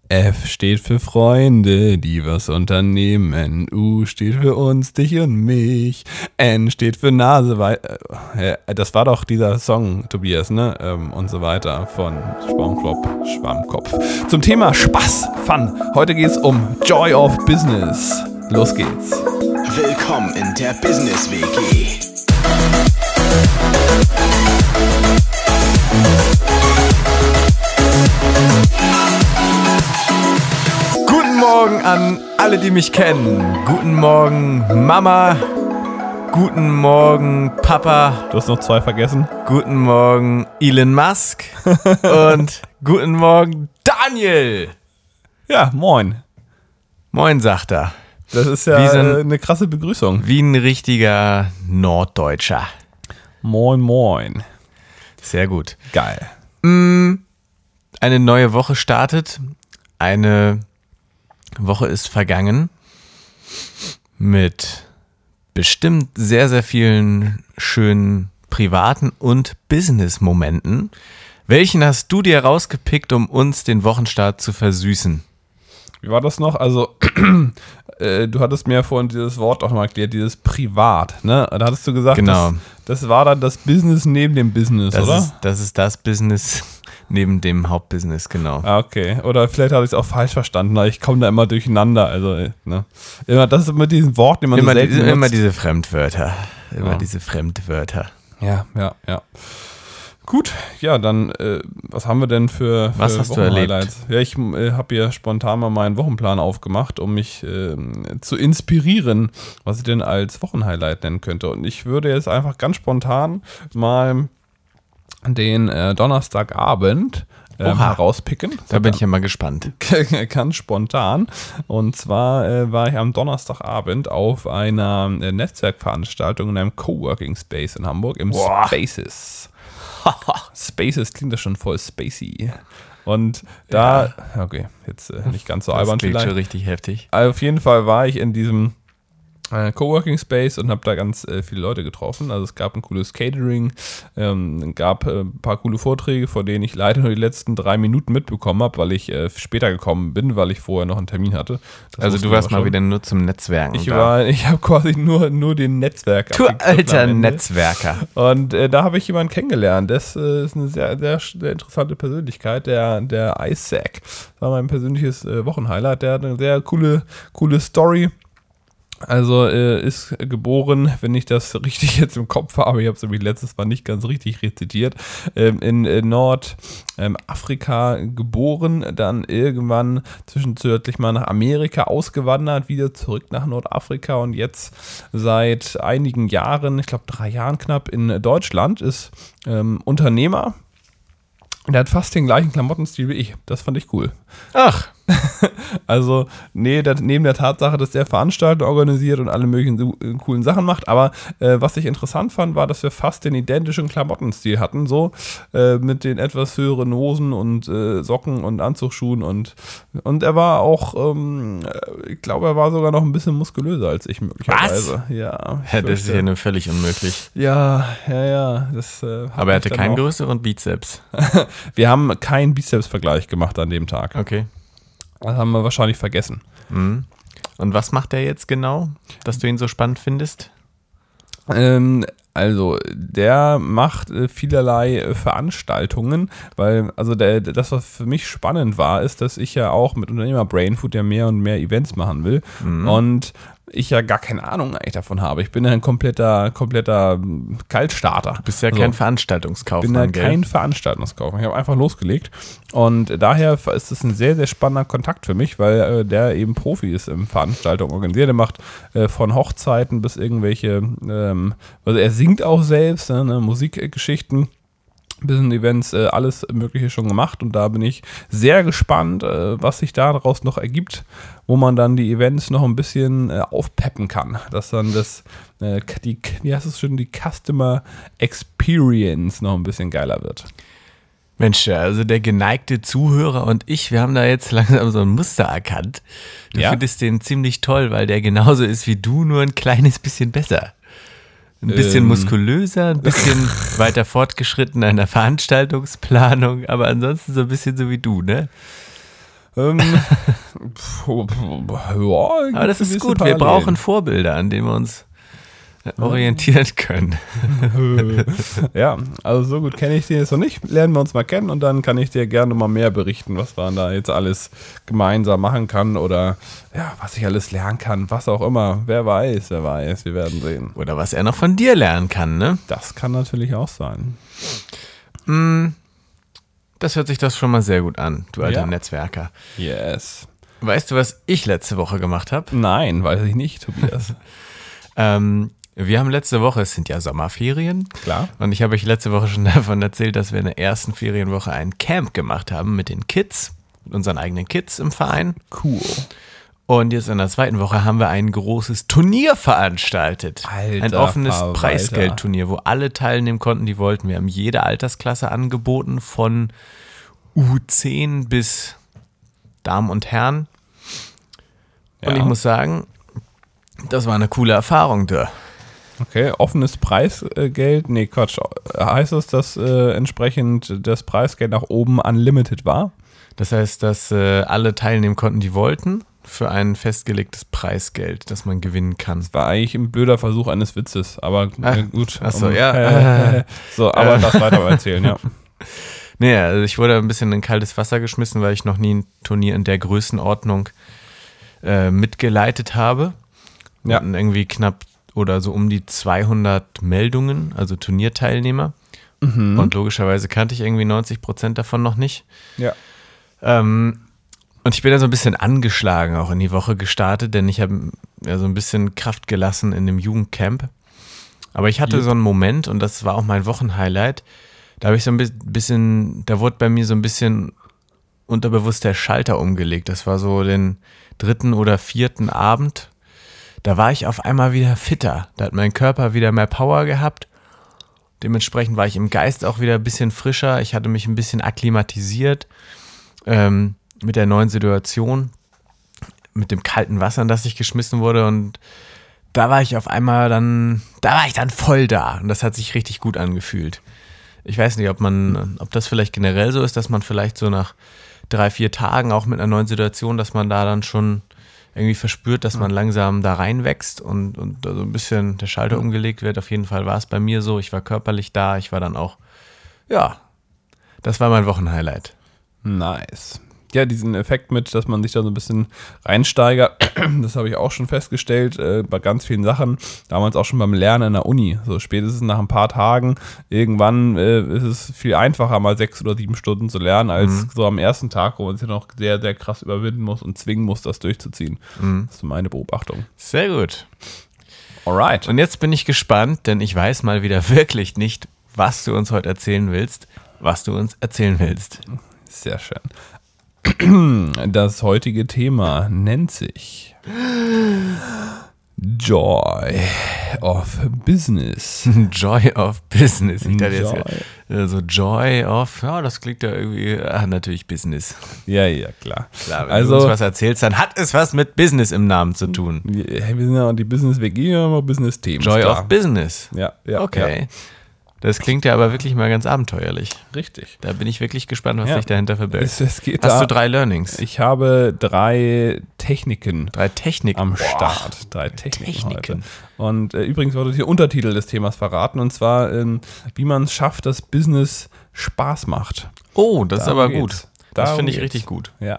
F steht für Freunde, die was unternehmen. U steht für uns, dich und mich. N steht für Nase. Das war doch dieser Song, Tobias, ne? Und so weiter von Schwammkopf. Zum Thema Spaß, Fun. Heute geht's um Joy of Business. Los geht's. Willkommen in der Business WG. Guten Morgen an alle, die mich kennen. Guten Morgen, Mama. Guten Morgen, Papa. Du hast noch 2 vergessen. Guten Morgen, Elon Musk. Und guten Morgen, Daniel. Ja, moin. Moin, sagt er. Das ist ja eine krasse Begrüßung. Wie ein richtiger Norddeutscher. Moin, moin. Sehr gut. Geil. Eine neue Woche startet. Eine Woche ist vergangen mit bestimmt sehr, sehr vielen schönen privaten und Business-Momenten. Welchen hast du dir rausgepickt, um uns den Wochenstart zu versüßen? Wie war das noch? Also, du hattest mir vorhin dieses Wort auch mal erklärt, dieses Privat, ne? Da hattest du gesagt, genau. Das war dann das Business neben dem Business, oder? Das ist das Business neben dem Hauptbusiness, genau. Ah, okay. Oder vielleicht habe ich es auch falsch verstanden, aber ich komme da immer durcheinander. Also, ne? Immer das mit diesen Worten, die man so selten nutzt. Immer diese Fremdwörter. Diese Fremdwörter. Ja. Gut, ja, dann, was haben wir denn für was hast du erlebt? Ja, ich habe hier spontan mal meinen Wochenplan aufgemacht, um mich zu inspirieren, was ich denn als Wochenhighlight nennen könnte. Und ich würde jetzt einfach ganz spontan mal den Donnerstagabend herauspicken. Da bin ich ja mal gespannt. Ganz spontan. Und zwar war ich am Donnerstagabend auf einer Netzwerkveranstaltung in einem Coworking Space in Hamburg im Spaces. Spaces klingt das schon voll spacey. Und da, okay, jetzt nicht ganz so albern vielleicht. Das klingt schon richtig heftig. Auf jeden Fall war ich in diesem Coworking Space und habe da ganz viele Leute getroffen. Also es gab ein cooles Catering, gab ein paar coole Vorträge, von denen ich leider nur die letzten 3 Minuten mitbekommen habe, weil ich später gekommen bin, weil ich vorher noch einen Termin hatte. Also du warst mal wieder nur zum Netzwerken. Ich habe quasi nur den Netzwerk. Du alter Netzwerker. Und da habe ich jemanden kennengelernt. Das ist eine sehr, sehr, sehr interessante Persönlichkeit, der Isaac. Das war mein persönliches Wochenhighlight. Der hat eine sehr coole Story. Also ist geboren, wenn ich das richtig jetzt im Kopf habe, ich habe es nämlich letztes Mal nicht ganz richtig rezitiert, in Nordafrika geboren, dann irgendwann zwischenzeitlich mal nach Amerika ausgewandert, wieder zurück nach Nordafrika und jetzt seit einigen Jahren, ich glaube 3 Jahren knapp, in Deutschland, ist Unternehmer. Der hat fast den gleichen Klamottenstil wie ich. Das fand ich cool. Ach. Also, neben der Tatsache, dass der Veranstaltungen organisiert und alle möglichen coolen Sachen macht, aber was ich interessant fand, war, dass wir fast den identischen Klamottenstil hatten, so mit den etwas höheren Hosen und Socken und Anzugsschuhen und er war auch, ich glaube, er war sogar noch ein bisschen muskulöser als ich möglicherweise. Was? Ja, das ist ja nur völlig unmöglich. Ja. Aber er hatte keinen größeren Bizeps. Wir haben keinen Bizeps-Vergleich gemacht an dem Tag. Okay. Das haben wir wahrscheinlich vergessen. Mhm. Und was macht er jetzt genau, dass du ihn so spannend findest? Also, der macht vielerlei Veranstaltungen, weil, also das, was für mich spannend war, ist, dass ich ja auch mit Unternehmer Brainfood ja mehr und mehr Events machen will. Und ich ja gar keine Ahnung eigentlich davon habe. Ich bin ja ein kompletter Kaltstarter. Du bist ja kein Veranstaltungskaufmann. Ich bin ja kein Veranstaltungskaufmann. Ich habe einfach losgelegt. Und daher ist es ein sehr, sehr spannender Kontakt für mich, weil der eben Profi ist im Veranstaltungen organisiert. Der macht von Hochzeiten bis irgendwelche, also er singt auch selbst, Musikgeschichten. Bisschen Events, alles Mögliche schon gemacht und da bin ich sehr gespannt, was sich daraus noch ergibt, wo man dann die Events noch ein bisschen aufpeppen kann, dass dann wie heißt es schon, die Customer Experience noch ein bisschen geiler wird. Mensch, also der geneigte Zuhörer und ich, wir haben da jetzt langsam so ein Muster erkannt. Du findest den ziemlich toll, weil der genauso ist wie du, nur ein kleines bisschen besser. Ein bisschen muskulöser, ein bisschen weiter fortgeschritten in der Veranstaltungsplanung, aber ansonsten so ein bisschen so wie du, ne? Ja, aber das ist gut, wir brauchen Vorbilder, an denen wir uns orientieren können. Ja, also so gut kenne ich den jetzt noch nicht. Lernen wir uns mal kennen und dann kann ich dir gerne mal mehr berichten, was man da jetzt alles gemeinsam machen kann oder ja, was ich alles lernen kann, was auch immer. Wer weiß, wir werden sehen. Oder was er noch von dir lernen kann, ne? Das kann natürlich auch sein. Das hört sich das schon mal sehr gut an, du alter Netzwerker. Yes. Weißt du, was ich letzte Woche gemacht habe? Nein, weiß ich nicht, Tobias. Wir haben letzte Woche, es sind ja Sommerferien. Klar. Und ich habe euch letzte Woche schon davon erzählt, dass wir in der ersten Ferienwoche ein Camp gemacht haben mit den Kids, mit unseren eigenen Kids im Verein. Cool. Und jetzt in der zweiten Woche haben wir ein großes Turnier veranstaltet. Alter, ein offenes Verwalter. Preisgeldturnier, wo alle teilnehmen konnten, die wollten. Wir haben jede Altersklasse angeboten, von U10 bis Damen und Herren. Und ich muss sagen, das war eine coole Erfahrung da. Okay, offenes Preisgeld, nee, Quatsch. Heißt das, dass entsprechend das Preisgeld nach oben unlimited war? Das heißt, dass alle teilnehmen konnten, die wollten, für ein festgelegtes Preisgeld, das man gewinnen kann. Das war eigentlich ein blöder Versuch eines Witzes, aber gut. Achso, ja. So, aber das weiter erzählen, ja. Nee, also ich wurde ein bisschen in kaltes Wasser geschmissen, weil ich noch nie ein Turnier in der Größenordnung mitgeleitet habe. Wir hatten irgendwie knapp oder so um die 200 Meldungen, also Turnierteilnehmer. Und logischerweise kannte ich irgendwie 90% davon noch nicht. Ja. Und ich bin da so ein bisschen angeschlagen auch in die Woche gestartet, denn ich habe ja so ein bisschen Kraft gelassen in dem Jugendcamp. Aber ich hatte so einen Moment, und das war auch mein Wochenhighlight, da habe ich so ein bisschen, da wurde bei mir so ein bisschen unterbewusst der Schalter umgelegt. Das war so den 3. oder 4. Abend. Da war ich auf einmal wieder fitter. Da hat mein Körper wieder mehr Power gehabt. Dementsprechend war ich im Geist auch wieder ein bisschen frischer. Ich hatte mich ein bisschen akklimatisiert mit der neuen Situation, mit dem kalten Wasser, in das ich geschmissen wurde. Und da war ich auf einmal dann voll da. Und das hat sich richtig gut angefühlt. Ich weiß nicht, ob das vielleicht generell so ist, dass man vielleicht so nach 3-4 Tagen auch mit einer neuen Situation, dass man da dann schon irgendwie verspürt, dass man langsam da reinwächst und so ein bisschen der Schalter umgelegt wird. Auf jeden Fall war es bei mir so. Ich war körperlich da. Ich war dann auch, das war mein Wochenhighlight. Nice. Ja, diesen Effekt mit, dass man sich da so ein bisschen reinsteigert, das habe ich auch schon festgestellt bei ganz vielen Sachen. Damals auch schon beim Lernen in der Uni. So spätestens nach ein paar Tagen, irgendwann ist es viel einfacher, mal 6 oder 7 Stunden zu lernen, als so am ersten Tag, wo man sich noch sehr, sehr krass überwinden muss und zwingen muss, das durchzuziehen. Das ist so meine Beobachtung. Sehr gut. Alright. Und jetzt bin ich gespannt, denn ich weiß mal wieder wirklich nicht, was du uns heute erzählen willst. Sehr schön. Das heutige Thema nennt sich Joy of Business. Joy of Business. Ich dachte jetzt so Joy of, das klingt ja irgendwie, natürlich Business. Ja, klar. Wenn du uns was erzählst, dann hat es was mit Business im Namen zu tun. Wir sind ja die Business-WG, wir haben auch Business-Themen. Joy of Business. Ja. Okay. Ja. Das klingt ja aber wirklich mal ganz abenteuerlich. Richtig. Da bin ich wirklich gespannt, was sich dahinter verbirgt. Es geht Hast du 3 Learnings? Ich habe 3 Techniken. 3 Techniken am Start. 3 Techniken. Heute. Und übrigens wurde hier Untertitel des Themas verraten, und zwar, wie man es schafft, dass Business Spaß macht. Oh, das ist aber gut. Das Darum finde ich geht's. richtig gut. Ja.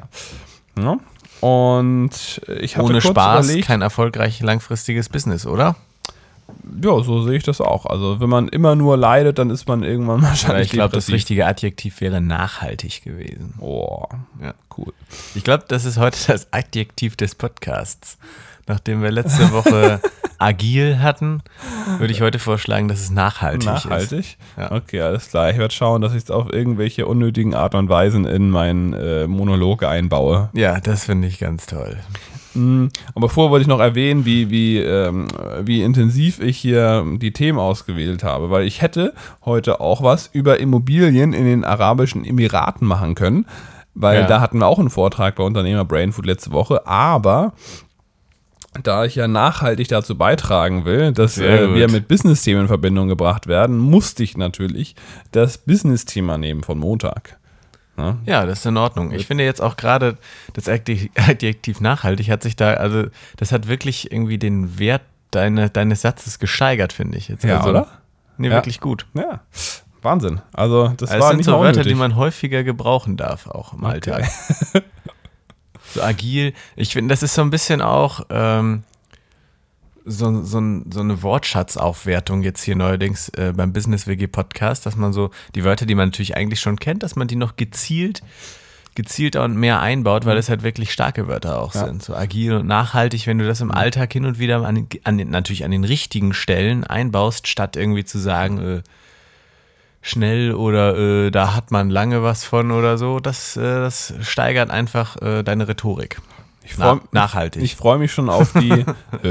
Und ich hatte ohne kurz Spaß überlegt, kein erfolgreich langfristiges Business, oder? Ja, so sehe ich das auch. Also wenn man immer nur leidet, dann ist man irgendwann wahrscheinlich Ich glaube, das richtige Adjektiv wäre nachhaltig gewesen. Oh, ja, cool. Ich glaube, das ist heute das Adjektiv des Podcasts. Nachdem wir letzte Woche agil hatten, würde ich heute vorschlagen, dass es nachhaltig ist. Nachhaltig? Ja. Okay, alles klar. Ich werde schauen, dass ich es auf irgendwelche unnötigen Art und Weisen in meinen Monolog einbaue. Ja, das finde ich ganz toll. Aber vorher wollte ich noch erwähnen, wie intensiv ich hier die Themen ausgewählt habe, weil ich hätte heute auch was über Immobilien in den Arabischen Emiraten machen können, weil da hatten wir auch einen Vortrag bei Unternehmer Brainfood letzte Woche, aber da ich ja nachhaltig dazu beitragen will, dass wir mit Business-Themen in Verbindung gebracht werden, musste ich natürlich das Business-Thema nehmen von Montag. Ja, das ist in Ordnung. Ich finde jetzt auch gerade das Adjektiv nachhaltig hat sich da, also das hat wirklich irgendwie den Wert deines Satzes gesteigert, finde ich jetzt. Ja, also, oder? Nee, Ja. wirklich gut. Ja, Wahnsinn. Also das Also war es sind nicht so mal Wörter, unnötig. die man häufiger gebrauchen darf, auch im Alltag. So agil. Ich finde, das ist so ein bisschen auch so eine Wortschatzaufwertung jetzt hier neuerdings beim Business WG Podcast, dass man so die Wörter, die man natürlich eigentlich schon kennt, dass man die noch gezielter und mehr einbaut, weil es halt wirklich starke Wörter auch sind. So agil und nachhaltig, wenn du das im Alltag hin und wieder natürlich an den richtigen Stellen einbaust, statt irgendwie zu sagen, schnell oder da hat man lange was von oder so, das steigert einfach deine Rhetorik. Nachhaltig. Ich freue mich schon auf die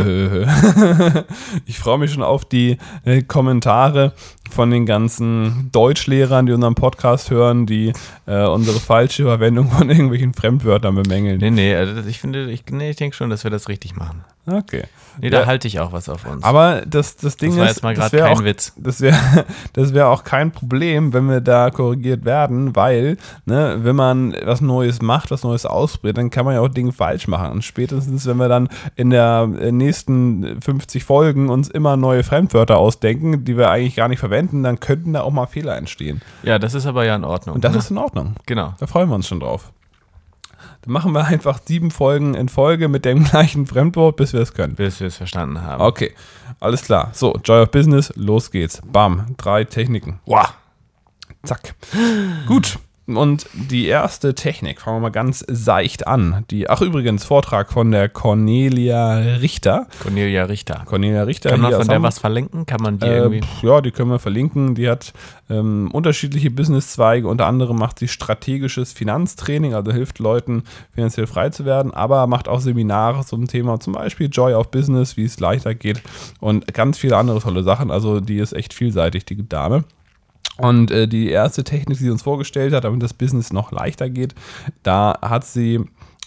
Kommentare von den ganzen Deutschlehrern, die unseren Podcast hören, die unsere falsche Verwendung von irgendwelchen Fremdwörtern bemängeln. Nee, also ich denke schon, dass wir das richtig machen. Okay. Nee, da halte ich auch was auf uns. Aber das Ding das war ist, jetzt mal gerade kein Witz. Das wäre auch kein Problem, wenn wir da korrigiert werden, weil, ne, wenn man was Neues macht, was Neues ausprobiert, dann kann man ja auch Dinge falsch machen. Und spätestens, wenn wir dann in der nächsten 50 Folgen uns immer neue Fremdwörter ausdenken, die wir eigentlich gar nicht verwenden, dann könnten da auch mal Fehler entstehen. Ja, das ist aber ja in Ordnung. Und das ist in Ordnung. Genau. Da freuen wir uns schon drauf. Dann machen wir einfach 7 Folgen in Folge mit dem gleichen Fremdwort, bis wir es können. Bis wir es verstanden haben. Okay, alles klar. So, Joy of Business, los geht's. Bam, 3 Techniken. Wow. Zack. Gut. Und die erste Technik, fangen wir mal ganz seicht an. Übrigens, Vortrag von der Cornelia Richter. Cornelia Richter. Kann man von der was verlinken? Kann man die irgendwie? Ja, die können wir verlinken. Die hat unterschiedliche Businesszweige. Unter anderem macht sie strategisches Finanztraining, also hilft Leuten, finanziell frei zu werden, aber macht auch Seminare zum Thema zum Beispiel Joy of Business, wie es leichter geht und ganz viele andere tolle Sachen. Also die ist echt vielseitig, die Dame. Und die erste Technik, die sie uns vorgestellt hat, damit das Business noch leichter geht, da hat sie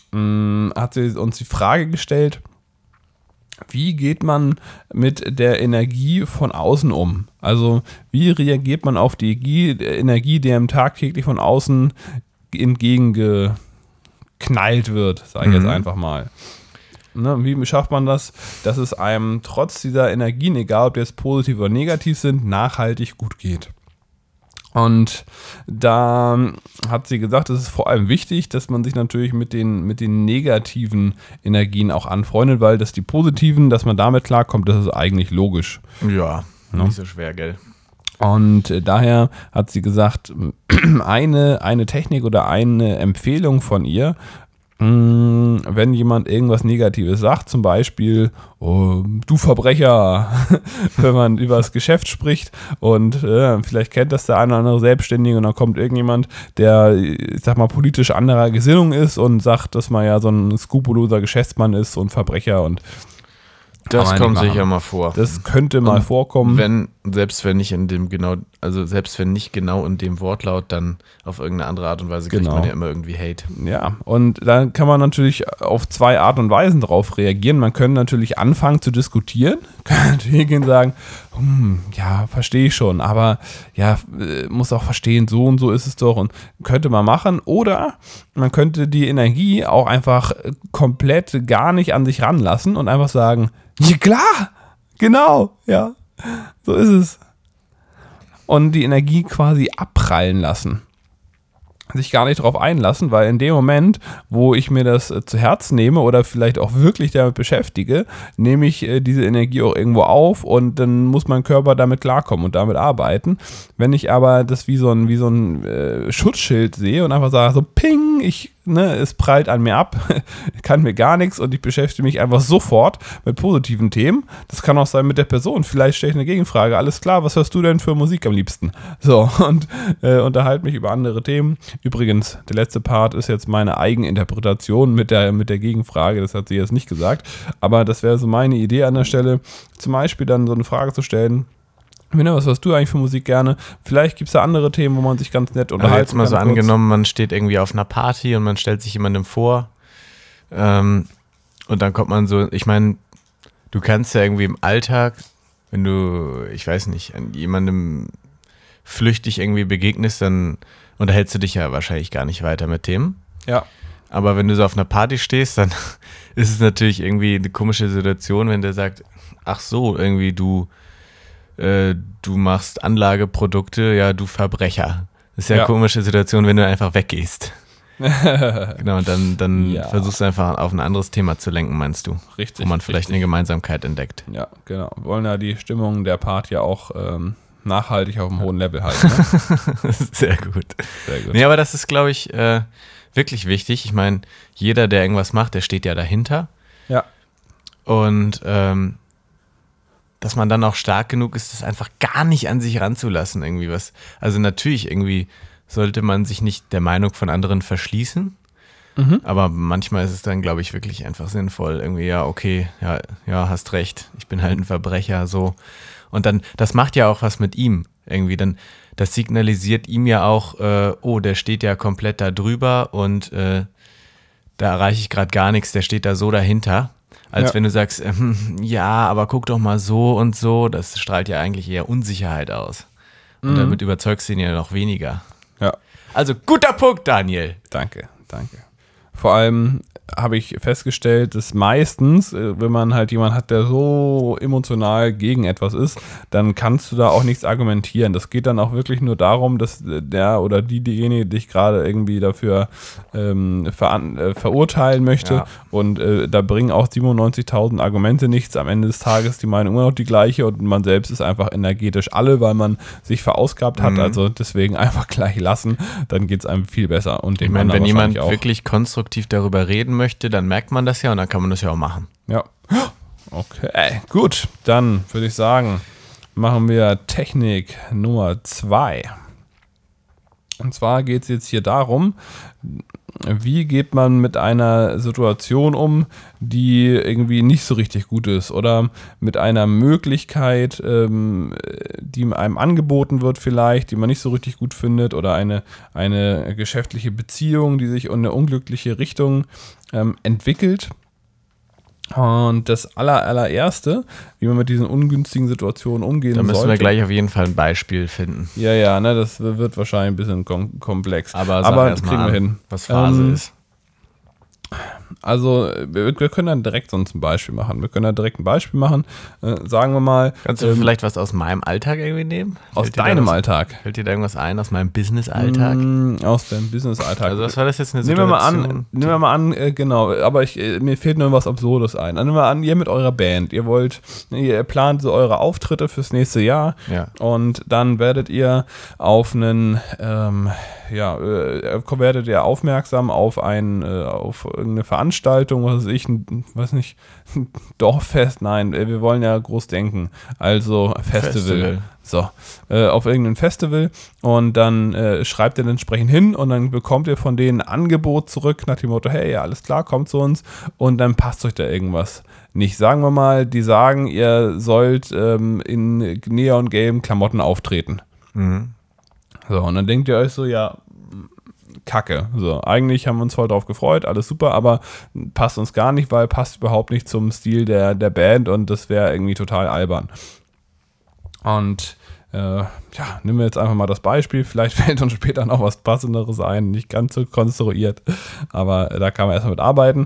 uns die Frage gestellt, wie geht man mit der Energie von außen um? Also wie reagiert man auf die Energie, die einem tagtäglich von außen entgegengeknallt wird, sage ich jetzt einfach mal. Ne, wie schafft man das, dass es einem trotz dieser Energien, egal ob die jetzt positiv oder negativ sind, nachhaltig gut geht? Und da hat sie gesagt, es ist vor allem wichtig, dass man sich natürlich mit den negativen Energien auch anfreundet, weil dass die positiven, dass man damit klarkommt, das ist eigentlich logisch. Ja, nicht so schwer, gell? Und daher hat sie gesagt, eine Technik oder eine Empfehlung von ihr, wenn jemand irgendwas Negatives sagt, zum Beispiel, oh, du Verbrecher, wenn man über das Geschäft spricht und vielleicht kennt das der eine oder andere Selbstständige und dann kommt irgendjemand, der, ich sag mal, politisch anderer Gesinnung ist und sagt, dass man ja so ein skrupelloser Geschäftsmann ist und Verbrecher und das kommt sicher mal vor. Das könnte mal vorkommen. Selbst wenn nicht genau in dem Wortlaut, dann auf irgendeine andere Art und Weise kriegt man ja immer irgendwie Hate. Ja, und da kann man natürlich auf 2 Art und Weisen drauf reagieren. Man könnte natürlich anfangen zu diskutieren, kann natürlich gehen und sagen, ja, verstehe ich schon, aber ja, muss auch verstehen, so und so ist es doch und könnte man machen. Oder man könnte die Energie auch einfach komplett gar nicht an sich ranlassen und einfach sagen, ja klar, genau, ja, so ist es. Und die Energie quasi abprallen lassen. Sich gar nicht darauf einlassen, weil in dem Moment, wo ich mir das zu Herzen nehme oder vielleicht auch wirklich damit beschäftige, nehme ich diese Energie auch irgendwo auf und dann muss mein Körper damit klarkommen und damit arbeiten. Wenn ich aber das wie so ein Schutzschild sehe und einfach sage, so ping, es prallt an mir ab, kann mir gar nichts und ich beschäftige mich einfach sofort mit positiven Themen. Das kann auch sein mit der Person. Vielleicht stelle ich eine Gegenfrage. Alles klar, was hörst du denn für Musik am liebsten? So, und unterhalte mich über andere Themen. Übrigens, der letzte Part ist jetzt meine Eigeninterpretation mit der Gegenfrage. Das hat sie jetzt nicht gesagt. Aber das wäre so meine Idee an der Stelle, zum Beispiel dann so eine Frage zu stellen. Was hörst du eigentlich für Musik gerne? Vielleicht gibt es da andere Themen, wo man sich ganz nett unterhalten kann. Jetzt mal so angenommen, man steht irgendwie auf einer Party und man stellt sich jemandem vor und dann kommt man so, ich meine, du kannst ja irgendwie im Alltag, wenn du, ich weiß nicht, an jemandem flüchtig irgendwie begegnest, dann unterhältst du dich ja wahrscheinlich gar nicht weiter mit Themen. Ja. Aber wenn du so auf einer Party stehst, dann ist es natürlich irgendwie eine komische Situation, wenn der sagt, ach so, irgendwie du machst Anlageprodukte, ja, du Verbrecher. Das ist ja eine komische Situation, wenn du einfach weggehst. Genau, und dann versuchst du einfach auf ein anderes Thema zu lenken, meinst du? Richtig. Wo man vielleicht eine Gemeinsamkeit entdeckt. Ja, genau. Wir wollen ja die Stimmung der Party auch nachhaltig auf einem hohen Level halten. Ne? Sehr gut. Sehr gut. Nee, aber das ist, glaube ich, wirklich wichtig. Ich meine, jeder, der irgendwas macht, der steht ja dahinter. Ja. Und dass man dann auch stark genug ist, das einfach gar nicht an sich ranzulassen, irgendwie was. Also natürlich irgendwie sollte man sich nicht der Meinung von anderen verschließen, aber manchmal ist es dann, glaube ich, wirklich einfach sinnvoll, irgendwie, ja, okay, ja, hast recht, ich bin halt ein Verbrecher, so. Und dann, das macht ja auch was mit ihm, irgendwie, dann, das signalisiert ihm ja auch, oh, der steht ja komplett da drüber und da erreiche ich gerade gar nichts, der steht da so dahinter. Als wenn du sagst, ja, aber guck doch mal so und so, das strahlt ja eigentlich eher Unsicherheit aus. Und damit überzeugst du ihn ja noch weniger. Ja. Also guter Punkt, Daniel. Danke. Vor allem habe ich festgestellt, dass meistens, wenn man halt jemanden hat, der so emotional gegen etwas ist, dann kannst du da auch nichts argumentieren. Das geht dann auch wirklich nur darum, dass der oder diejenige dich gerade irgendwie dafür verurteilen möchte. Und da bringen auch 97.000 Argumente nichts. Am Ende des Tages ist die Meinung immer noch die gleiche und man selbst ist einfach energetisch alle, weil man sich verausgabt hat. Also deswegen einfach gleich lassen, dann geht es einem viel besser. Und ich meine, wenn jemand wirklich konstruktiv darüber reden möchte, dann merkt man das ja und dann kann man das ja auch machen. Ja. Okay, gut. Dann würde ich sagen, machen wir Technik Nummer 2. Und zwar geht es jetzt hier darum, wie geht man mit einer Situation um, die irgendwie nicht so richtig gut ist oder mit einer Möglichkeit, die einem angeboten wird vielleicht, die man nicht so richtig gut findet oder eine geschäftliche Beziehung, die sich in eine unglückliche Richtung entwickelt. Und das allererste, wie man mit diesen ungünstigen Situationen umgehen sollte. Da müssen wir gleich auf jeden Fall ein Beispiel finden. Ja, ne, das wird wahrscheinlich ein bisschen komplex. Aber das kriegen wir hin. Was Phase ist. Also, wir können dann direkt sonst ein Beispiel machen. Sagen wir mal. Kannst du vielleicht was aus meinem Alltag irgendwie nehmen? Aus deinem Alltag? Fällt dir da irgendwas ein aus meinem Business-Alltag? Aus deinem Business-Alltag. Also, was war das jetzt eine Situation? Nehmen wir mal an, genau. Aber mir fehlt nur was Absurdes ein. Nehmen wir an, ihr mit eurer Band. Ihr plant so eure Auftritte fürs nächste Jahr. Ja. Und dann werdet ihr auf werdet ihr aufmerksam auf irgendeine Veranstaltung, was weiß ich, ein Dorffest, nein, wir wollen ja groß denken, also Festival. So, auf irgendein Festival und dann schreibt ihr entsprechend hin und dann bekommt ihr von denen ein Angebot zurück nach dem Motto, hey, ja, alles klar, kommt zu uns und dann passt euch da irgendwas nicht. Sagen wir mal, die sagen, ihr sollt in neongelben Klamotten auftreten. So, und dann denkt ihr euch so, ja, Kacke. So, eigentlich haben wir uns voll drauf gefreut, alles super, aber passt uns gar nicht, weil passt überhaupt nicht zum Stil der Band und das wäre irgendwie total albern. Und nehmen wir jetzt einfach mal das Beispiel, vielleicht fällt uns später noch was Passenderes ein, nicht ganz so konstruiert, aber da kann man erstmal mit arbeiten.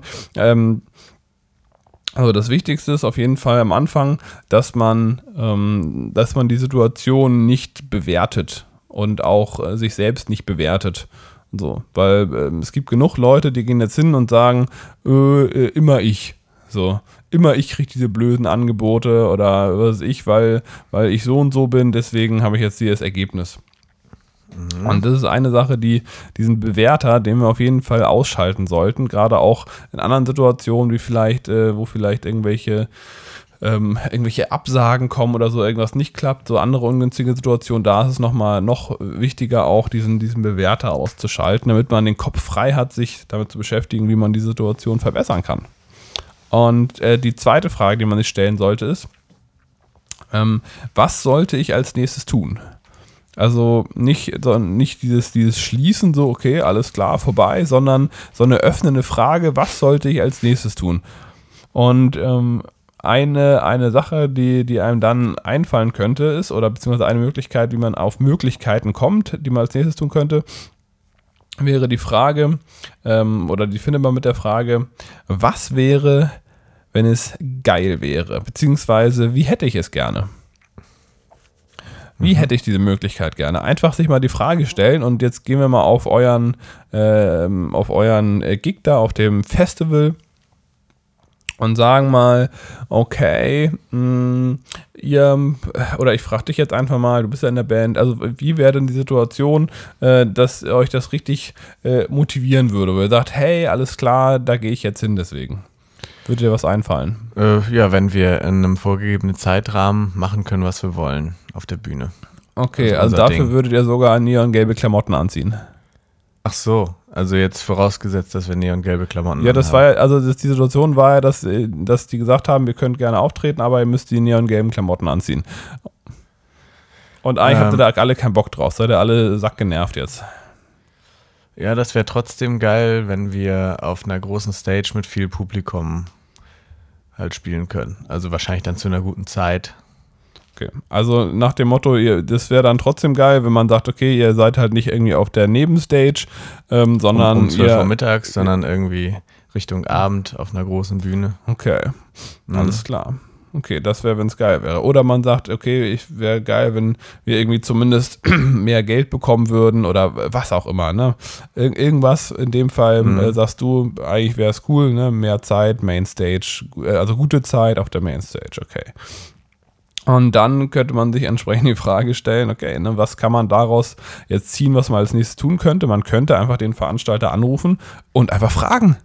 Also das Wichtigste ist auf jeden Fall am Anfang, dass man die Situation nicht bewertet und auch sich selbst nicht bewertet. So, weil es gibt genug Leute, die gehen jetzt hin und sagen, immer ich. So, immer ich kriege diese blöden Angebote oder was weiß ich, weil ich so und so bin, deswegen habe ich jetzt hier das Ergebnis. Und das ist eine Sache, diesen Bewerter, den wir auf jeden Fall ausschalten sollten, gerade auch in anderen Situationen, wie vielleicht, wo vielleicht irgendwelche Absagen kommen oder so, irgendwas nicht klappt, so andere ungünstige Situationen, da ist es noch wichtiger, auch diesen Bewerter auszuschalten, damit man den Kopf frei hat, sich damit zu beschäftigen, wie man die Situation verbessern kann. Und die zweite Frage, die man sich stellen sollte, ist, was sollte ich als nächstes tun? Also nicht dieses Schließen, so okay, alles klar, vorbei, sondern so eine öffnende Frage, was sollte ich als nächstes tun? Und eine Sache, die einem dann einfallen könnte, ist, oder beziehungsweise eine Möglichkeit, wie man auf Möglichkeiten kommt, die man als nächstes tun könnte, wäre die Frage, oder die findet man mit der Frage, was wäre, wenn es geil wäre? Beziehungsweise, wie hätte ich es gerne? Wie hätte ich diese Möglichkeit gerne? Einfach sich mal die Frage stellen und jetzt gehen wir mal auf euren Gig da, auf dem Festival und sagen mal, okay, oder ich frage dich jetzt einfach mal, du bist ja in der Band, also wie wäre denn die Situation, dass euch das richtig motivieren würde, wo ihr sagt, hey, alles klar, da gehe ich jetzt hin deswegen. Würde dir was einfallen? Ja, wenn wir in einem vorgegebenen Zeitrahmen machen können, was wir wollen auf der Bühne. Okay, also dafür würdet ihr sogar neongelbe Klamotten anziehen. Ach so, also jetzt vorausgesetzt, dass wir neongelbe Klamotten Ja, das war ja, also die Situation war ja, dass die gesagt haben, ihr könnt gerne auftreten, aber ihr müsst die neongelben Klamotten anziehen. Und eigentlich habt ihr da alle keinen Bock drauf, seid ihr alle sackgenervt jetzt. Ja, das wäre trotzdem geil, wenn wir auf einer großen Stage mit viel Publikum halt spielen können. Also wahrscheinlich dann zu einer guten Zeit. Okay, also nach dem Motto, das wäre dann trotzdem geil, wenn man sagt, okay, ihr seid halt nicht irgendwie auf der Nebenstage, sondern um 12 Uhr mittags, sondern irgendwie Richtung Abend auf einer großen Bühne. Okay, alles klar. Okay, das wäre, wenn es geil wäre. Oder man sagt, okay, ich wäre geil, wenn wir irgendwie zumindest mehr Geld bekommen würden oder was auch immer, ne? Irgendwas in dem Fall sagst du, eigentlich wäre es cool, ne? Mehr Zeit, Mainstage, also gute Zeit auf der Mainstage, okay. Und dann könnte man sich entsprechend die Frage stellen, okay, ne, was kann man daraus jetzt ziehen, was man als nächstes tun könnte? Man könnte einfach den Veranstalter anrufen und einfach fragen.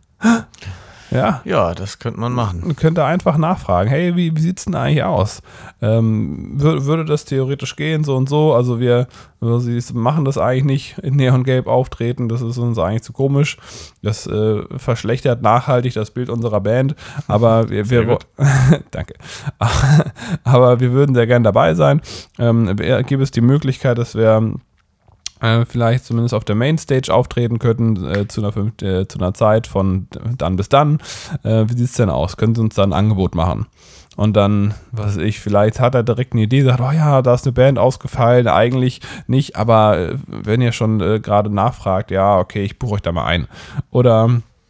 Ja, das könnte man machen. Man könnte einfach nachfragen, hey, wie sieht es denn eigentlich aus? Würde das theoretisch gehen, so und so? Also sie machen das eigentlich nicht in Neongelb auftreten, das ist uns eigentlich zu komisch. Das verschlechtert nachhaltig das Bild unserer Band, aber danke. Aber wir würden sehr gern dabei sein. Gibt es die Möglichkeit, dass wir vielleicht zumindest auf der Mainstage auftreten könnten zu einer Zeit von dann bis dann. Wie sieht es denn aus? Können Sie uns dann ein Angebot machen? Und dann, was weiß ich, vielleicht hat er direkt eine Idee, sagt, oh ja, da ist eine Band ausgefallen, eigentlich nicht, aber wenn ihr schon gerade nachfragt, ja, okay, ich buche euch da mal ein. Oder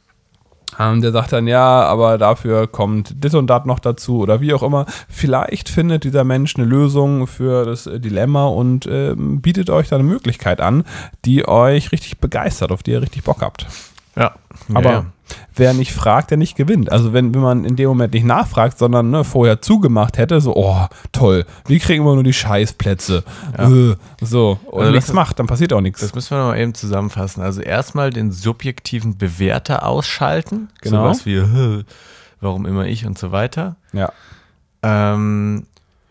der sagt dann, ja, aber dafür kommt das und das noch dazu oder wie auch immer. Vielleicht findet dieser Mensch eine Lösung für das Dilemma und bietet euch da eine Möglichkeit an, die euch richtig begeistert, auf die ihr richtig Bock habt. Ja. Aber wer nicht fragt, der nicht gewinnt. Also wenn man in dem Moment nicht nachfragt, sondern vorher zugemacht hätte, so, oh, toll, wie kriegen wir nur die Scheißplätze? Ja. So, und also nichts macht, dann passiert auch nichts. Das müssen wir noch mal eben zusammenfassen. Also erstmal den subjektiven Bewerter ausschalten. Genau. Sowas wie, warum immer ich und so weiter. Ja. Dann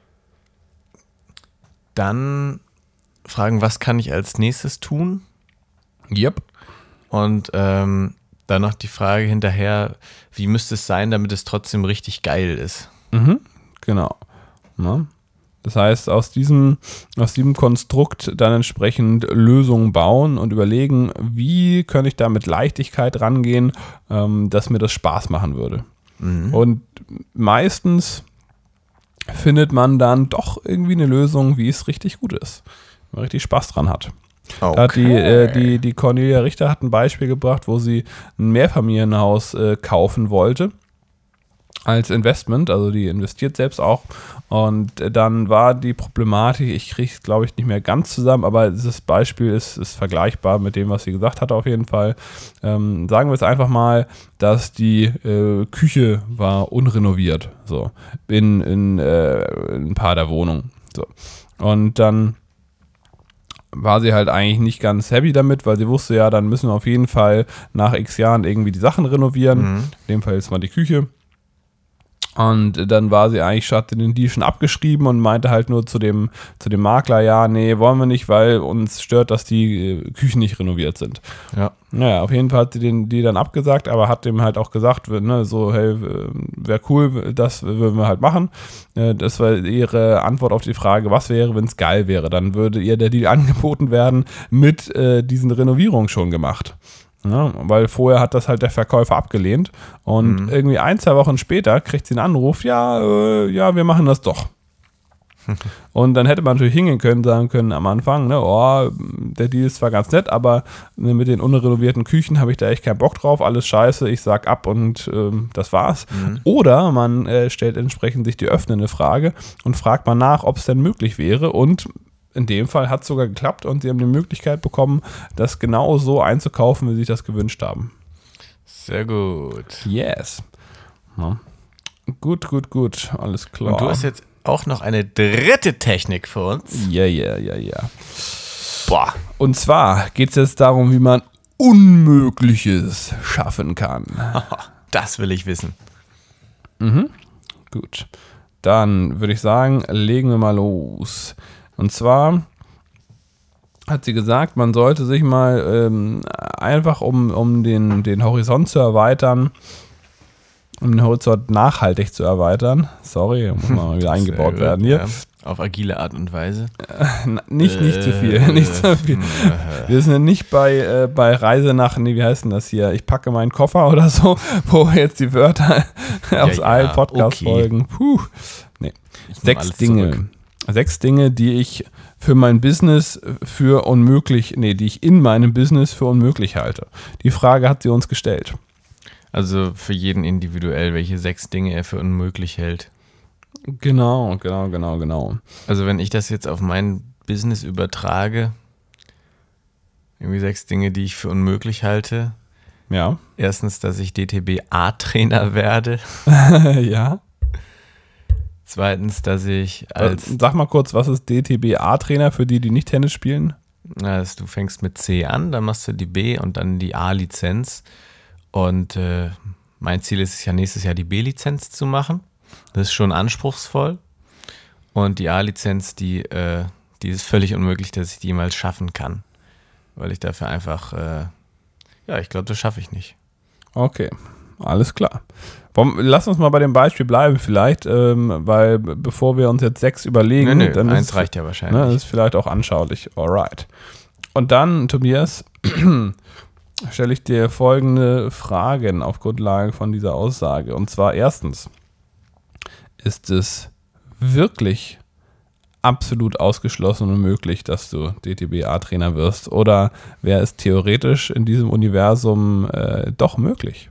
fragen, was kann ich als nächstes tun? Yep. Und dann noch die Frage hinterher, wie müsste es sein, damit es trotzdem richtig geil ist? Genau. Ja. Das heißt, aus diesem Konstrukt dann entsprechend Lösungen bauen und überlegen, wie könnte ich da mit Leichtigkeit rangehen, dass mir das Spaß machen würde. Und meistens findet man dann doch irgendwie eine Lösung, wie es richtig gut ist, wenn man richtig Spaß dran hat. Okay. Hat die Cornelia Richter hat ein Beispiel gebracht, wo sie ein Mehrfamilienhaus kaufen wollte als Investment, also die investiert selbst auch, und dann war die Problematik, ich kriege es glaube ich nicht mehr ganz zusammen, aber dieses Beispiel ist vergleichbar mit dem, was sie gesagt hat auf jeden Fall. Sagen wir es einfach mal, dass die Küche war unrenoviert, so in ein paar der Wohnungen. So. Und dann war sie halt eigentlich nicht ganz happy damit, weil sie wusste, ja, dann müssen wir auf jeden Fall nach x Jahren irgendwie die Sachen renovieren. In dem Fall jetzt mal die Küche. Und dann war sie eigentlich, hatte den Deal schon abgeschrieben und meinte halt nur zu dem Makler, ja, nee, wollen wir nicht, weil uns stört, dass die Küchen nicht renoviert sind. Ja. Naja, auf jeden Fall hat sie den Deal dann abgesagt, aber hat dem halt auch gesagt, ne, so, hey, wäre cool, das würden wir halt machen. Das war ihre Antwort auf die Frage, was wäre, wenn es geil wäre. Dann würde ihr der Deal angeboten werden, mit diesen Renovierungen schon gemacht. Ja, weil vorher hat das halt der Verkäufer abgelehnt und irgendwie 1-2 Wochen später kriegt sie einen Anruf, ja, wir machen das doch. Und dann hätte man natürlich hingehen können, sagen können am Anfang, ne, oh, der Deal ist zwar ganz nett, aber mit den unrenovierten Küchen habe ich da echt keinen Bock drauf, alles scheiße, ich sag ab und das war's. Oder man stellt entsprechend sich die öffnende Frage und fragt mal nach, ob es denn möglich wäre, und in dem Fall hat es sogar geklappt und sie haben die Möglichkeit bekommen, das genau so einzukaufen, wie sie sich das gewünscht haben. Sehr gut. Yes. Ja. Gut, alles klar. Und du hast jetzt auch noch eine dritte Technik für uns. Ja. Boah. Und zwar geht es jetzt darum, wie man Unmögliches schaffen kann. Das will ich wissen. Gut. Dann würde ich sagen, legen wir mal los. Und zwar hat sie gesagt, man sollte sich mal einfach, um den Horizont zu erweitern, um den Horizont nachhaltig zu erweitern. Sorry, muss mal wieder eingebaut werden hier. Ja. Auf agile Art und Weise. Nicht zu viel. Nicht zu viel. Wir sind ja nicht bei Reise nach, wie heißt denn das hier? Ich packe meinen Koffer oder so, wo jetzt die Wörter aus allen Podcast-Folgen. Nee. 6 Dinge. 6 Dinge, die ich für mein Business für unmöglich, die ich in meinem Business für unmöglich halte. Die Frage hat sie uns gestellt. Also für jeden individuell, welche 6 Dinge er für unmöglich hält. Genau. Also wenn ich das jetzt auf mein Business übertrage, irgendwie 6 Dinge, die ich für unmöglich halte. Ja. Erstens, dass ich DTB-A-Trainer werde. Ja. Zweitens, dass ich Sag mal kurz, was ist DTB-A-Trainer für die nicht Tennis spielen? Also du fängst mit C an, dann machst du die B und dann die A-Lizenz. Und mein Ziel ist es ja, nächstes Jahr die B-Lizenz zu machen. Das ist schon anspruchsvoll. Und die A-Lizenz, die ist völlig unmöglich, dass ich die jemals schaffen kann. Weil ich dafür einfach, ich glaube, das schaffe ich nicht. Okay, alles klar. Lass uns mal bei dem Beispiel bleiben vielleicht, weil bevor wir uns jetzt 6 überlegen, dann eins reicht ja wahrscheinlich. Das ist vielleicht auch anschaulich. Alright. Und dann, Tobias, stelle ich dir folgende Fragen auf Grundlage von dieser Aussage. Und zwar erstens, ist es wirklich absolut ausgeschlossen und unmöglich, dass du DTB-A-Trainer wirst? Oder wäre es theoretisch in diesem Universum doch möglich?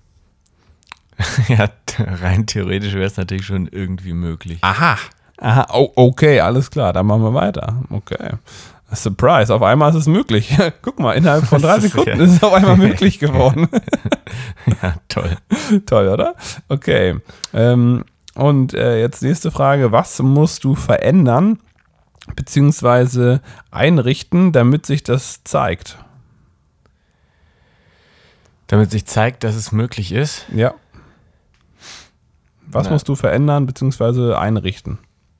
Ja, rein theoretisch wäre es natürlich schon irgendwie möglich. Aha, oh, okay, alles klar, dann machen wir weiter. Okay. Surprise, auf einmal ist es möglich. Guck mal, innerhalb von 3 Sekunden ist es auf einmal möglich geworden. Ja, toll. Toll, oder? Okay. Und jetzt nächste Frage, was musst du verändern bzw. einrichten, damit sich das zeigt? Damit sich zeigt, dass es möglich ist? Ja. Was musst du verändern bzw. einrichten?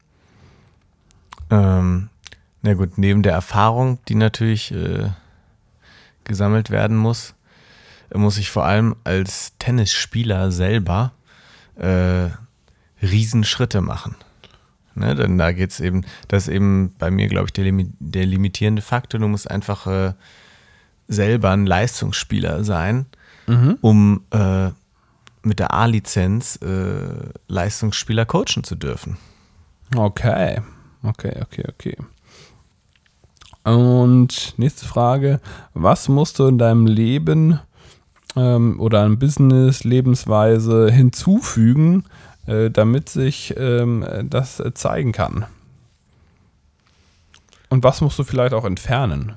Na gut, neben der Erfahrung, die natürlich gesammelt werden muss ich vor allem als Tennisspieler selber Riesenschritte machen. Ne, denn da geht es eben, das ist eben bei mir, glaube ich, der limitierende Faktor. Du musst einfach selber ein Leistungsspieler sein, um mit der A-Lizenz Leistungsspieler coachen zu dürfen. Okay. Und nächste Frage, was musst du in deinem Leben oder im Business, Lebensweise hinzufügen, damit sich das zeigen kann? Und was musst du vielleicht auch entfernen?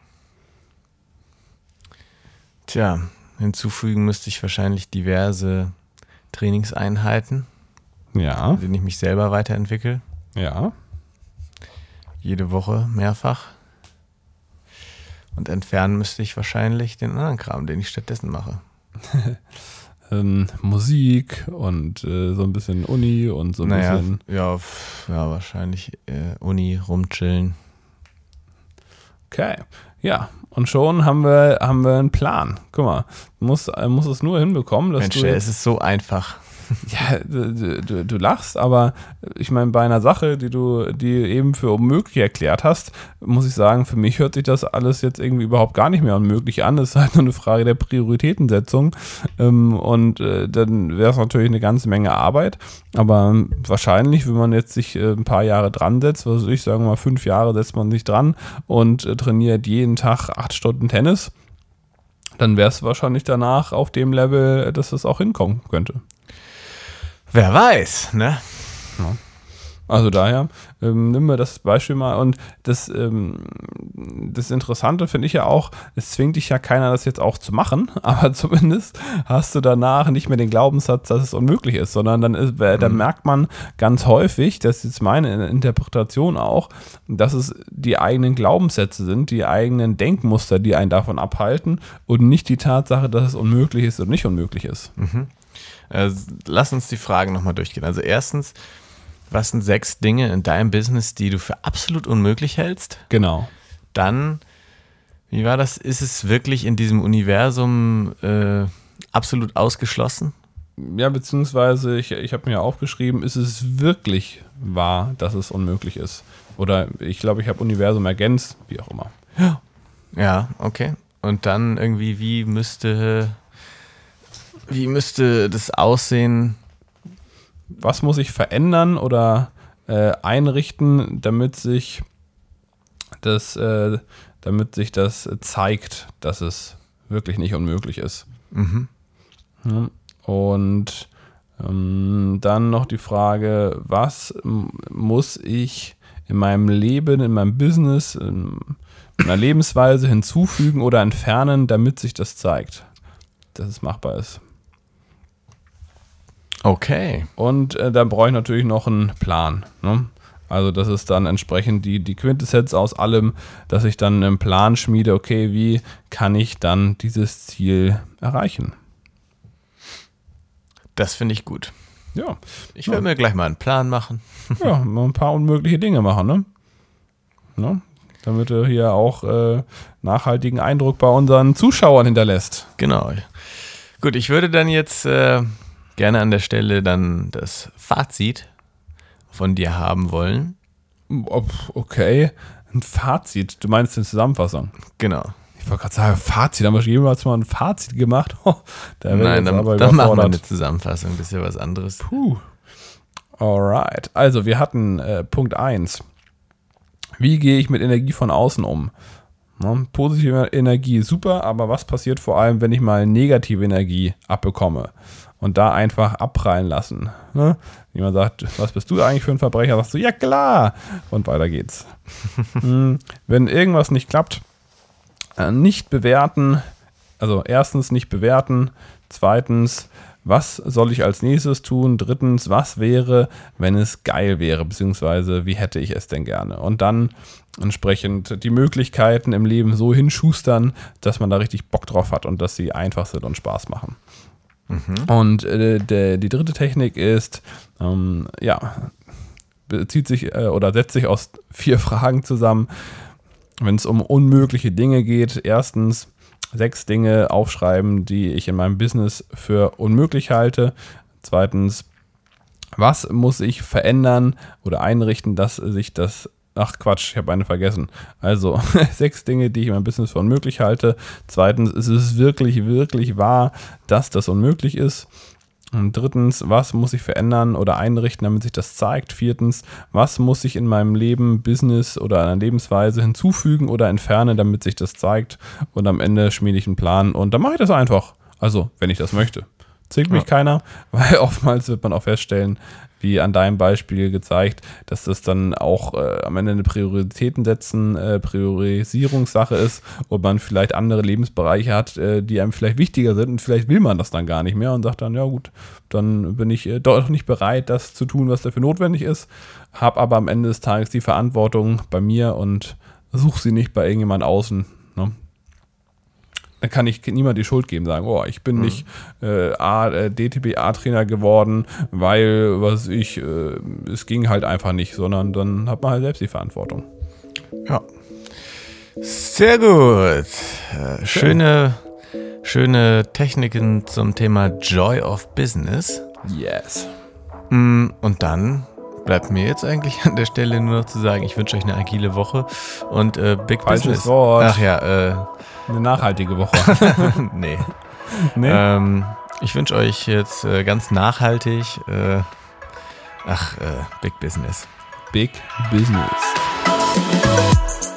Tja, hinzufügen müsste ich wahrscheinlich diverse Trainingseinheiten, Ja. in denen ich mich selber weiterentwickle. Ja. Jede Woche mehrfach. Und entfernen müsste ich wahrscheinlich den anderen Kram, den ich stattdessen mache. Musik und so ein bisschen Uni und so ein bisschen. Ja, wahrscheinlich Uni, rumchillen. Okay. Ja, und schon haben wir einen Plan. Guck mal, du musst es nur hinbekommen, dass Mensch, du. es ist so einfach. Ja, du lachst, aber ich meine, bei einer Sache, die du eben für unmöglich erklärt hast, muss ich sagen, für mich hört sich das alles jetzt irgendwie überhaupt gar nicht mehr unmöglich an. Es ist halt nur eine Frage der Prioritätensetzung. Und dann wäre es natürlich eine ganze Menge Arbeit. Aber wahrscheinlich, wenn man jetzt sich ein paar Jahre dran setzt, was weiß ich, sagen wir mal 5 Jahre setzt man sich dran und trainiert jeden Tag 8 Stunden Tennis, dann wäre es wahrscheinlich danach auf dem Level, dass es auch hinkommen könnte. Wer weiß, ne? Ja. Also daher, nimm mir das Beispiel mal. Und das Interessante finde ich ja auch, es zwingt dich ja keiner, das jetzt auch zu machen, aber zumindest hast du danach nicht mehr den Glaubenssatz, dass es unmöglich ist, sondern dann merkt man ganz häufig, das ist jetzt meine Interpretation auch, dass es die eigenen Glaubenssätze sind, die eigenen Denkmuster, die einen davon abhalten und nicht die Tatsache, dass es unmöglich ist oder nicht unmöglich ist. Mhm. Lass uns die Fragen nochmal durchgehen. Also erstens, was sind 6 Dinge in deinem Business, die du für absolut unmöglich hältst? Genau. Dann, wie war das? Ist es wirklich in diesem Universum absolut ausgeschlossen? Ja, beziehungsweise, ich habe mir aufgeschrieben, ist es wirklich wahr, dass es unmöglich ist? Oder ich glaube, ich habe Universum ergänzt, wie auch immer. Ja, okay. Und dann irgendwie, wie müsste das aussehen? Was muss ich verändern oder einrichten, damit sich das zeigt, dass es wirklich nicht unmöglich ist? Mhm. Und dann noch die Frage, was muss ich in meinem Leben, in meinem Business, in meiner Lebensweise hinzufügen oder entfernen, damit sich das zeigt, dass es machbar ist? Okay. Und dann brauche ich natürlich noch einen Plan. Ne? Also das ist dann entsprechend die Quintessenz aus allem, dass ich dann einen Plan schmiede, okay, wie kann ich dann dieses Ziel erreichen? Das finde ich gut. Ja. Ich werde mir gleich mal einen Plan machen. Ja, mal ein paar unmögliche Dinge machen, ne? Ne? Damit du hier auch nachhaltigen Eindruck bei unseren Zuschauern hinterlässt. Genau. Gut, ich würde dann jetzt gerne an der Stelle dann das Fazit von dir haben wollen. Okay, ein Fazit. Du meinst eine Zusammenfassung? Genau. Ich wollte gerade sagen, Fazit. Haben wir jemals mal ein Fazit gemacht? Nein, dann machen wir eine Zusammenfassung. Das ist ja was anderes. Puh. Alright. Also wir hatten Punkt 1. Wie gehe ich mit Energie von außen um? Ne? Positive Energie, super, aber was passiert vor allem, wenn ich mal negative Energie abbekomme? Und da einfach abprallen lassen. Ne? Jemand sagt, was bist du eigentlich für ein Verbrecher? Sagst du, ja klar. Und weiter geht's. Wenn irgendwas nicht klappt, nicht bewerten. Also erstens nicht bewerten. Zweitens, was soll ich als nächstes tun? Drittens, was wäre, wenn es geil wäre? Beziehungsweise, wie hätte ich es denn gerne? Und dann entsprechend die Möglichkeiten im Leben so hinschustern, dass man da richtig Bock drauf hat und dass sie einfach sind und Spaß machen. Und die dritte Technik ist, bezieht sich oder setzt sich aus 4 Fragen zusammen, wenn es um unmögliche Dinge geht. Erstens, 6 Dinge aufschreiben, die ich in meinem Business für unmöglich halte. Zweitens, was muss ich verändern oder einrichten, dass sich das... Ach Quatsch, ich habe eine vergessen. Also 6 Dinge, die ich in meinem Business für unmöglich halte. Zweitens, ist es wirklich, wirklich wahr, dass das unmöglich ist? Und drittens, was muss ich verändern oder einrichten, damit sich das zeigt? Viertens, was muss ich in meinem Leben, Business oder einer Lebensweise hinzufügen oder entfernen, damit sich das zeigt? Und am Ende schmiede ich einen Plan und dann mache ich das einfach. Also, wenn ich das möchte. Zwingt mich keiner, weil oftmals wird man auch feststellen, wie an deinem Beispiel gezeigt, dass das dann auch am Ende eine Priorisierungssache ist und man vielleicht andere Lebensbereiche hat, die einem vielleicht wichtiger sind und vielleicht will man das dann gar nicht mehr und sagt dann, ja gut, dann bin ich doch nicht bereit, das zu tun, was dafür notwendig ist, habe aber am Ende des Tages die Verantwortung bei mir und suche sie nicht bei irgendjemand außen. Ne? Dann kann ich niemand die Schuld geben, sagen, oh, ich bin nicht DTB-A-Trainer geworden, weil, es ging halt einfach nicht, sondern dann hat man halt selbst die Verantwortung. Ja. Sehr gut. Schöne schöne Techniken zum Thema Joy of Business. Yes. Und dann bleibt mir jetzt eigentlich an der Stelle nur noch zu sagen, ich wünsche euch eine agile Woche und Big Falsches Business. Wort. Ach ja, eine nachhaltige Woche. nee. Nee? Ich wünsche euch jetzt ganz nachhaltig, Big Business. Big Business.